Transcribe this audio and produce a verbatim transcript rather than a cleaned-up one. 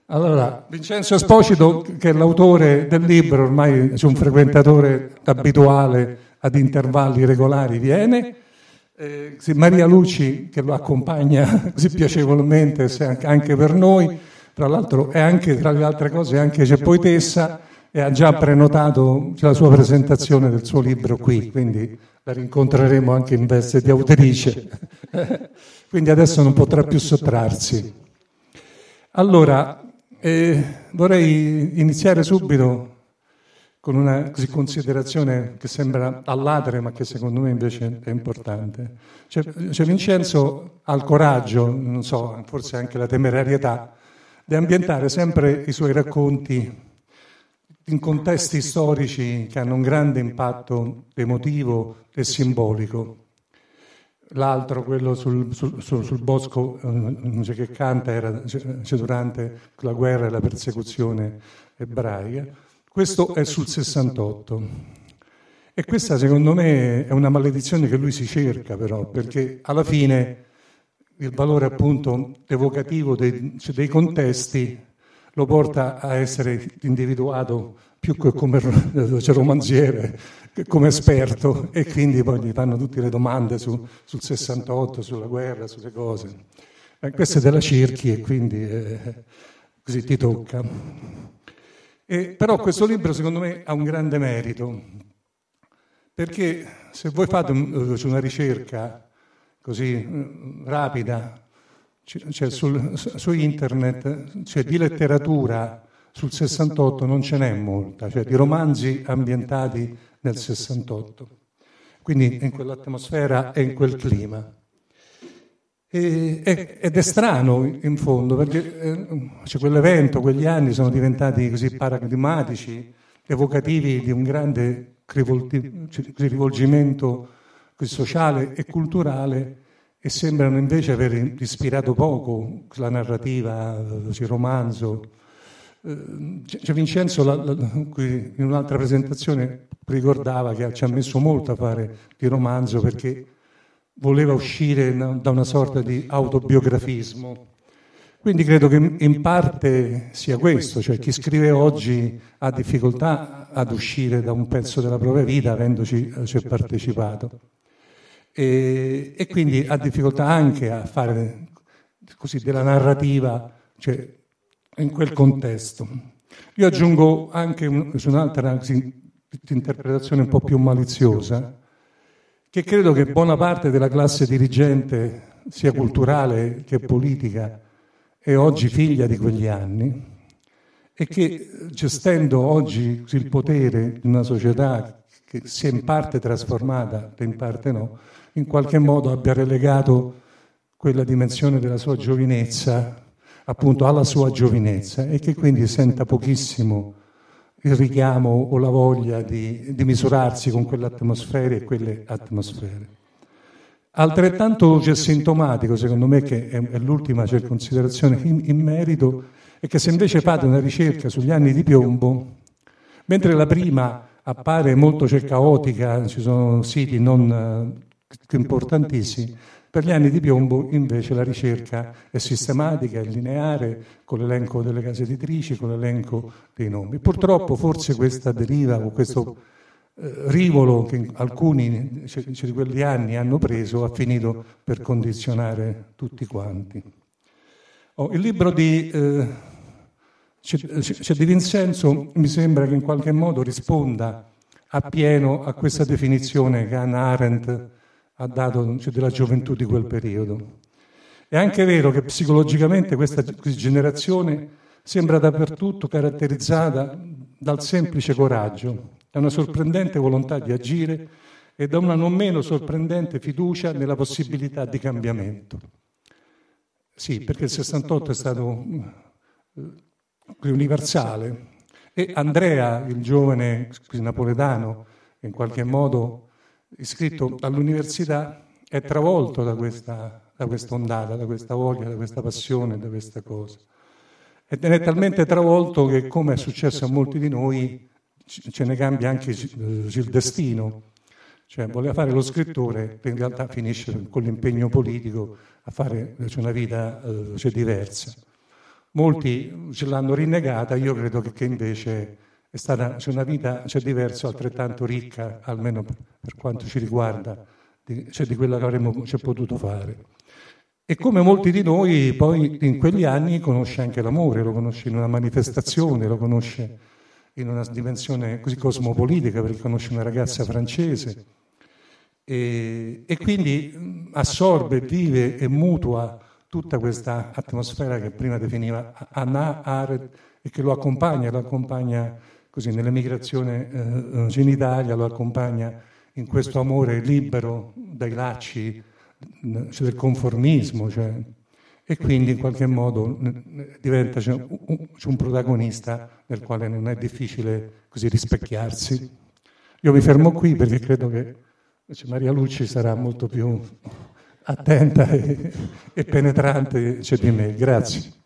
Allora, Vincenzo Esposito, che è l'autore del libro, ormai è un frequentatore abituale ad intervalli regolari, viene. Eh, Maria Luci, che lo accompagna così piacevolmente anche per noi, tra l'altro è anche, tra le altre cose, anche c'è poetessa e ha già prenotato la sua presentazione del suo libro qui, quindi la rincontreremo anche in veste di autrice. Quindi adesso non potrà più sottrarsi. Allora, eh, vorrei iniziare subito con una così, considerazione che sembra all'atere, ma che secondo me invece è importante. Cioè, cioè Vincenzo ha il coraggio, non so, forse anche la temerarietà, di ambientare sempre i suoi racconti in contesti storici che hanno un grande impatto emotivo e simbolico. L'altro, quello sul, sul, sul, sul bosco cioè, che canta, era cioè, durante la guerra e la persecuzione ebraica. Questo è sul sessantotto. E questa, secondo me, è una maledizione che lui si cerca, però, perché alla fine il valore, appunto, evocativo dei, cioè, dei contesti lo porta a essere individuato più che come cioè, romanziere che come esperto, e quindi poi gli fanno tutte le domande su, sul sessantotto, sulla guerra, sulle cose. Eh, questo è della Circhi e quindi eh, così ti tocca. E, però questo libro secondo me ha un grande merito, perché se voi fate un, una ricerca così rapida, cioè sul, su internet, cioè di letteratura sul sessantotto non ce n'è molta, cioè di romanzi ambientati nel sessantotto, quindi in quell'atmosfera e in quel clima. E, ed è strano in fondo, perché eh, cioè, quell'evento, quegli anni sono diventati così paradigmatici, evocativi di un grande rivolti, cioè, rivolgimento così, sociale e culturale, e sembrano invece aver ispirato poco la narrativa, il romanzo. Cioè Vincenzo la, la, in un'altra presentazione ricordava che ci ha messo molto a fare di romanzo perché voleva uscire da una sorta di autobiografismo. Quindi credo che in parte sia questo, cioè chi scrive oggi ha difficoltà ad uscire da un pezzo della propria vita avendoci cioè, partecipato. E, e quindi ha difficoltà anche a fare così della narrativa, cioè in quel contesto. Io aggiungo anche un, un'altra così, interpretazione un po' più maliziosa, che credo che buona parte della classe dirigente, sia culturale che politica, è oggi figlia di quegli anni e che gestendo oggi il potere di una società che si è in parte trasformata e in parte no, in qualche modo abbia relegato quella dimensione della sua giovinezza appunto alla sua giovinezza e che quindi senta pochissimo il richiamo o la voglia di, di misurarsi con quell'atmosfera e quelle atmosfere. Altrettanto cioè, sintomatico, secondo me, che è, è l'ultima cioè, considerazione in, in merito, è che se invece fate una ricerca sugli anni di piombo, mentre la prima appare molto cioè, caotica, ci sono siti non uh, importantissimi, per gli anni di piombo invece la ricerca è sistematica, è lineare, con l'elenco delle case editrici, con l'elenco dei nomi. Purtroppo forse questa deriva o questo eh, rivolo che alcuni cioè, di quegli anni hanno preso ha finito per condizionare tutti quanti. Oh, il libro di, eh, cioè, di Vincenzo mi sembra che in qualche modo risponda appieno a questa definizione che Hannah Arendt ha dato cioè, della gioventù di quel periodo. È anche vero che psicologicamente questa generazione sembra dappertutto caratterizzata dal semplice coraggio, da una sorprendente volontà di agire e da una non meno sorprendente fiducia nella possibilità di cambiamento. Sì, perché il sessantotto è stato eh, universale e Andrea, il giovane napoletano, in qualche modo iscritto all'università, è travolto da questa, da questa ondata, da questa voglia, da questa passione, da questa cosa. Ed è talmente travolto che, come è successo a molti di noi, ce ne cambia anche il destino. Cioè, voleva fare lo scrittore, in realtà finisce con l'impegno politico a fare cioè, una vita cioè, diversa. molti ce l'hanno rinnegata, io credo che, che invece è stata c'è una vita c'è diverso, altrettanto ricca, almeno per, per quanto ci riguarda, di, cioè di quella che avremmo c'è potuto fare. E come molti di noi, poi in quegli anni conosce anche l'amore, lo conosce in una manifestazione, lo conosce in una dimensione così cosmopolitica, perché conosce una ragazza francese. E, e quindi assorbe, vive e mutua tutta questa atmosfera che prima definiva Hannah Arendt e che lo accompagna, lo accompagna così nell'emigrazione eh, in Italia, lo accompagna in questo amore libero dai lacci, cioè del conformismo, cioè, e quindi in qualche modo diventa cioè, un, un protagonista nel quale non è difficile così rispecchiarsi. Io mi fermo qui perché credo che cioè, Maria Lucci sarà molto più attenta e, e penetrante cioè, di me. Grazie.